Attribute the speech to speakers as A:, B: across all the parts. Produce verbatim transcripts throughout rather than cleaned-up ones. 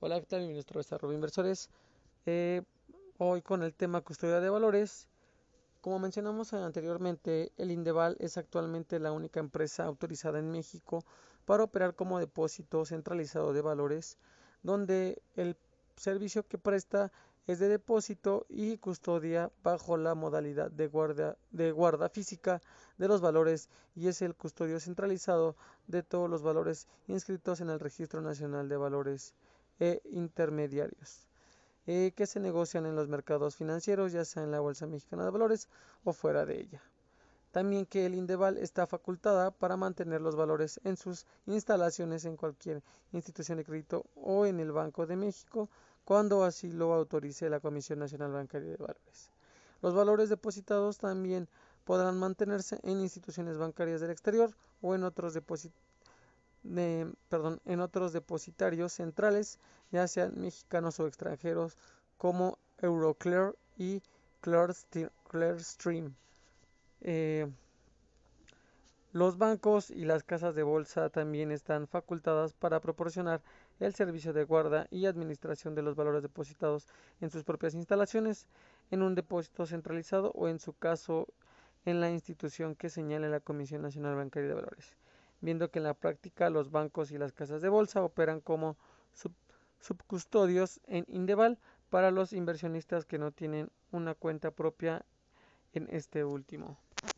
A: Hola, ¿qué tal? Bienvenidos otra vez a Rubio Inversores. Eh, Hoy con el tema custodia de valores. Como mencionamos anteriormente, el Indeval es actualmente la única empresa autorizada en México para operar como depósito centralizado de valores, donde el servicio que presta es de depósito y custodia bajo la modalidad de guarda, de guarda física de los valores y es el custodio centralizado de todos los valores inscritos en el Registro Nacional de Valores e Intermediarios eh, que se negocian en los mercados financieros, ya sea en la Bolsa Mexicana de Valores o fuera de ella. También que el Indeval está facultada para mantener los valores en sus instalaciones en cualquier institución de crédito o en el Banco de México cuando así lo autorice la Comisión Nacional Bancaria de Valores. Los valores depositados también podrán mantenerse en instituciones bancarias del exterior o en otros depósitos de, perdón, en otros depositarios centrales, ya sean mexicanos o extranjeros, como Euroclear y Clearstream. Eh, los bancos y las casas de bolsa también están facultadas para proporcionar el servicio de guarda y administración de los valores depositados en sus propias instalaciones, en un depósito centralizado o en su caso en la institución que señale la Comisión Nacional Bancaria de Valores, viendo que en la práctica los bancos y las casas de bolsa operan como sub subcustodios en Indeval para los inversionistas que no tienen una cuenta propia en este último.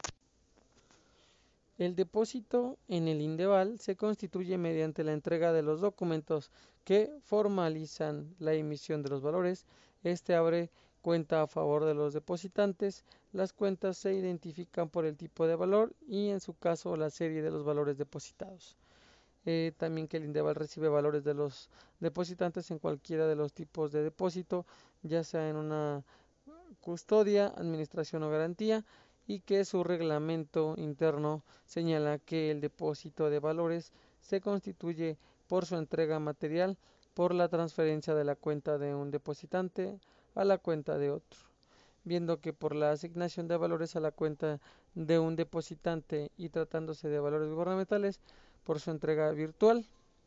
A: El depósito en el Indeval se constituye mediante la entrega de los documentos que formalizan la emisión de los valores. Este abre cuenta a favor de los depositantes. Las cuentas se identifican por el tipo de valor y en su caso la serie de los valores depositados. Eh, también que el Indeval recibe valores de los depositantes en cualquiera de los tipos de depósito, ya sea en una custodia, administración o garantía, y que su reglamento interno señala que el depósito de valores se constituye por su entrega material por la transferencia de la cuenta de un depositante a la cuenta de otro, viendo que por la asignación de valores a la cuenta de un depositante y tratándose de valores gubernamentales por su entrega virtual.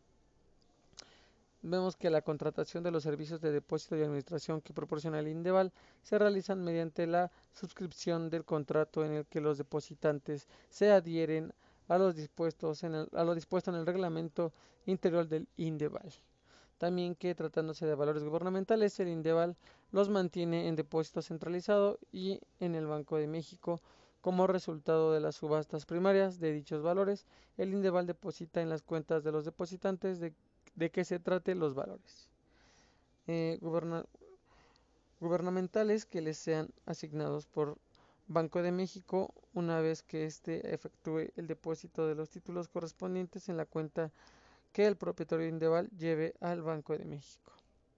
A: Vemos que la contratación de los servicios de depósito y administración que proporciona el Indeval se realizan mediante la suscripción del contrato en el que los depositantes se adhieren a, los dispuestos en el, a lo dispuesto en el reglamento interior del Indeval. También que tratándose de valores gubernamentales, el Indeval los mantiene en depósito centralizado y en el Banco de México. Como resultado de las subastas primarias de dichos valores, el Indeval deposita en las cuentas de los depositantes de, de que se trate los valores eh, guberna gubernamentales que les sean asignados por Banco de México una vez que éste efectúe el depósito de los títulos correspondientes en la cuenta que el propietario Indeval lleve al Banco de México.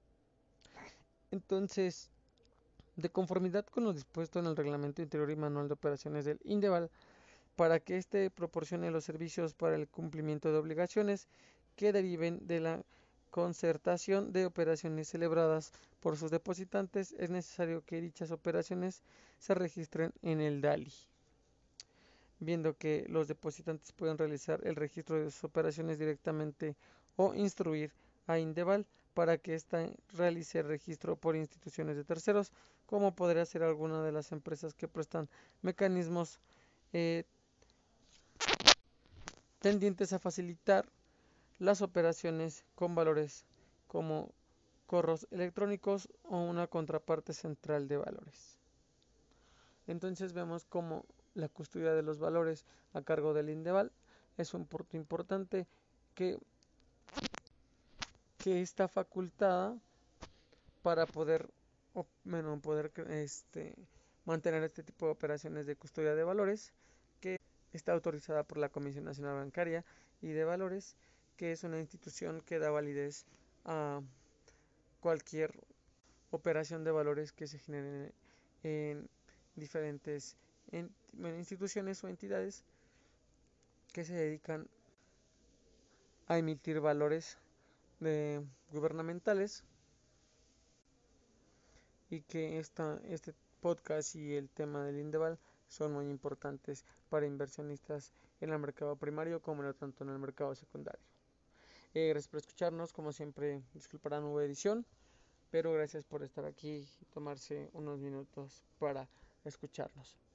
A: Entonces, de conformidad con lo dispuesto en el Reglamento Interior y Manual de Operaciones del Indeval, para que éste proporcione los servicios para el cumplimiento de obligaciones que deriven de la concertación de operaciones celebradas por sus depositantes, es necesario que dichas operaciones se registren en el D A L I, viendo que los depositantes pueden realizar el registro de sus operaciones directamente o instruir a Indeval para que ésta realice el registro por instituciones de terceros, como podría ser alguna de las empresas que prestan mecanismos eh, tendientes a facilitar las operaciones con valores como correos electrónicos o una contraparte central de valores. Entonces vemos cómo la custodia de los valores a cargo del Indeval es un punto importante que, que está facultada para poder, bueno, poder este, mantener este tipo de operaciones de custodia de valores, que está autorizada por la Comisión Nacional Bancaria y de Valores, que es una institución que da validez a cualquier operación de valores que se generen en diferentes en, bueno, instituciones o entidades que se dedican a emitir valores de, gubernamentales, y que esta, este podcast y el tema del Indeval son muy importantes para inversionistas en el mercado primario como no tanto en el mercado secundario. Eh, gracias por escucharnos, como siempre, disculpa la nueva edición, pero gracias por estar aquí y tomarse unos minutos para escucharnos.